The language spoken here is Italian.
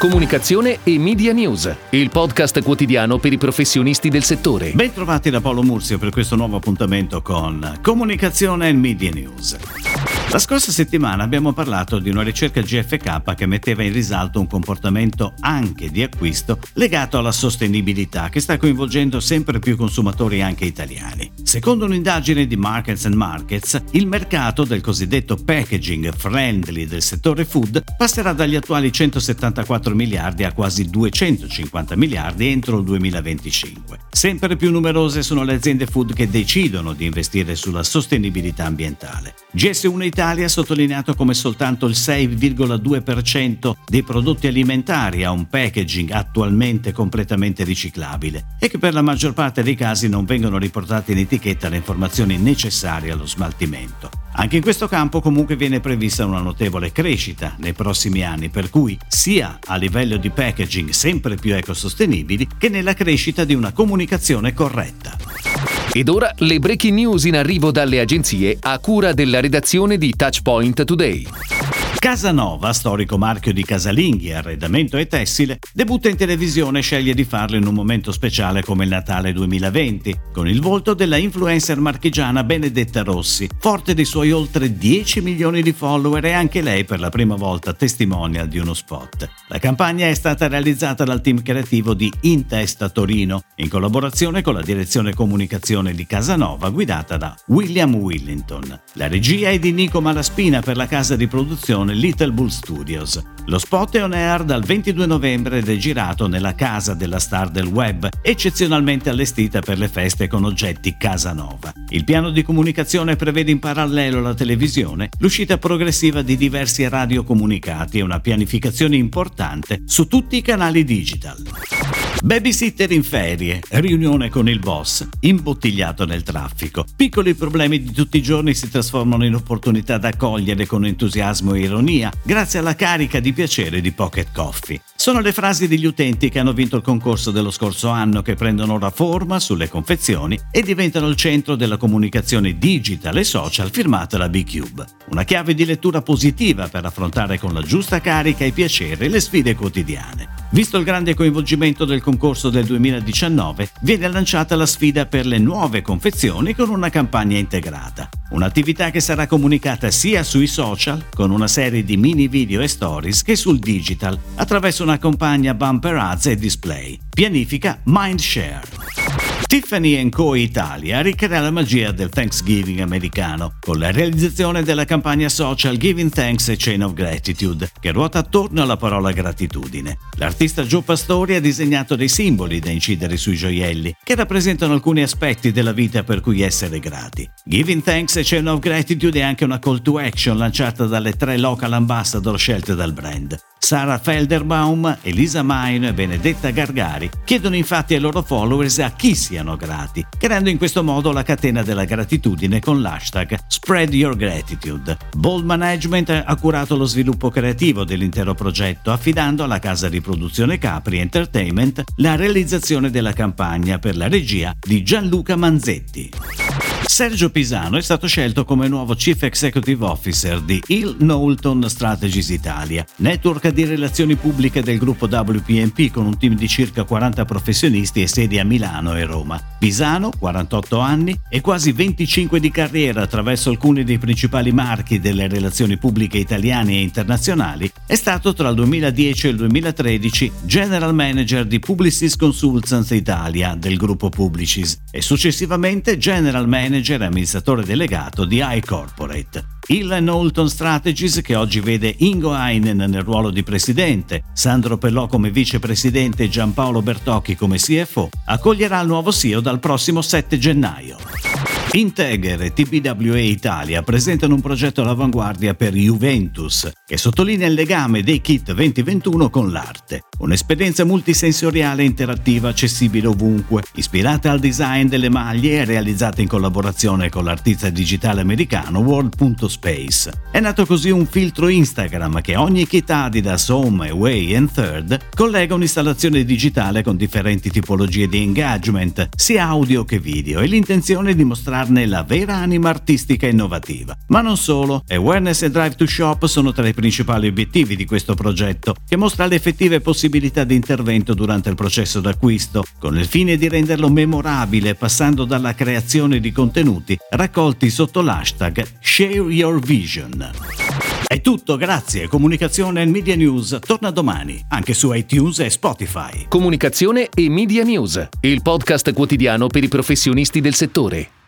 comunicazione e media news, il podcast quotidiano per i professionisti del settore. Ben trovati da Paolo Murzio per questo nuovo appuntamento con Comunicazione e Media News. La scorsa settimana abbiamo parlato di una ricerca GfK che metteva in risalto un comportamento anche di acquisto legato alla sostenibilità che sta coinvolgendo sempre più consumatori anche italiani. Secondo un'indagine di Markets & Markets, il mercato del cosiddetto packaging friendly del settore food passerà dagli attuali 174 miliardi a quasi 250 miliardi entro il 2025. Sempre più numerose sono le aziende food che decidono di investire sulla sostenibilità ambientale. GS1 Italia ha sottolineato come soltanto il 6,2% dei prodotti alimentari ha un packaging attualmente completamente riciclabile e che per la maggior parte dei casi non vengono riportate in etichetta le informazioni necessarie allo smaltimento. Anche in questo campo comunque viene prevista una notevole crescita nei prossimi anni, per cui sia a livello di packaging sempre più ecosostenibili che nella crescita di una comunicazione corretta. Ed ora le breaking news in arrivo dalle agenzie a cura della redazione di Touchpoint Today. Casanova, storico marchio di casalinghi, arredamento e tessile, debutta in televisione e sceglie di farlo in un momento speciale come il Natale 2020, con il volto della influencer marchigiana Benedetta Rossi, forte dei suoi oltre 10 milioni di follower e anche lei per la prima volta testimonial di uno spot. La campagna è stata realizzata dal team creativo di In Testa Torino, in collaborazione con la direzione comunicazione di Casanova guidata da William Willington. La regia è di Nico Malaspina per la casa di produzione Little Bull Studios. Lo spot è on air dal 22 novembre ed è girato nella casa della star del web, eccezionalmente allestita per le feste con oggetti Casanova. Il piano di comunicazione prevede in parallelo alla televisione l'uscita progressiva di diversi radiocomunicati e una pianificazione importante su tutti i canali digital. Babysitter in ferie, riunione con il boss, imbottigliato nel traffico. Piccoli problemi di tutti i giorni si trasformano in opportunità da cogliere con entusiasmo e ironia grazie alla carica di piacere di Pocket Coffee. Sono le frasi degli utenti che hanno vinto il concorso dello scorso anno che prendono ora forma sulle confezioni e diventano il centro della comunicazione digital e social firmata da B-Cube. Una chiave di lettura positiva per affrontare con la giusta carica e piacere le sfide quotidiane. Visto il grande coinvolgimento del concorso del 2019, viene lanciata la sfida per le nuove confezioni con una campagna integrata. Un'attività che sarà comunicata sia sui social, con una serie di mini video e stories, che sul digital, attraverso una campagna bumper ads e display. Pianifica Mindshare. Tiffany & Co. Italia ricrea la magia del Thanksgiving americano con la realizzazione della campagna social Giving Thanks a Chain of Gratitude che ruota attorno alla parola gratitudine. L'artista Joe Pastori ha disegnato dei simboli da incidere sui gioielli che rappresentano alcuni aspetti della vita per cui essere grati. Giving Thanks a Chain of Gratitude è anche una call to action lanciata dalle 3 local ambassador scelte dal brand. Sara Felderbaum, Elisa Maino e Benedetta Gargari chiedono infatti ai loro followers a chi siano grati, creando in questo modo la catena della gratitudine con l'hashtag Spread Your Gratitude. Bold Management ha curato lo sviluppo creativo dell'intero progetto, affidando alla casa di produzione Capri Entertainment la realizzazione della campagna per la regia di Gianluca Manzetti. Sergio Pisano è stato scelto come nuovo Chief Executive Officer di Hill Knowlton Strategies Italia, network di relazioni pubbliche del gruppo WPMP con un team di circa 40 professionisti e sedi a Milano e Roma. Pisano, 48 anni e quasi 25 di carriera attraverso alcuni dei principali marchi delle relazioni pubbliche italiane e internazionali, è stato tra il 2010 e il 2013 General Manager di Publicis Consultants Italia del gruppo Publicis e successivamente General Manager e amministratore delegato di iCorporate. Hill Knowlton Strategies, che oggi vede Ingo Heinen nel ruolo di presidente, Sandro Pellò come vicepresidente e Giampaolo Bertocchi come CFO, accoglierà il nuovo CEO dal prossimo 7 gennaio. Integer e TBWA Italia presentano un progetto all'avanguardia per Juventus che sottolinea il legame dei kit 2021 con l'arte. Un'esperienza multisensoriale e interattiva accessibile ovunque, ispirata al design delle maglie e realizzata in collaborazione con l'artista digitale americano World.Space. È nato così un filtro Instagram che ogni kit Adidas, Home, Away and Third collega un'installazione digitale con differenti tipologie di engagement, sia audio che video, e l'intenzione è di mostrare darne la vera anima artistica e innovativa. Ma non solo, awareness e drive to shop sono tra i principali obiettivi di questo progetto, che mostra le effettive possibilità di intervento durante il processo d'acquisto, con il fine di renderlo memorabile passando dalla creazione di contenuti raccolti sotto l'hashtag Share Your Vision. È tutto, grazie. Comunicazione e Media News torna domani, anche su iTunes e Spotify. Comunicazione e Media News, il podcast quotidiano per i professionisti del settore.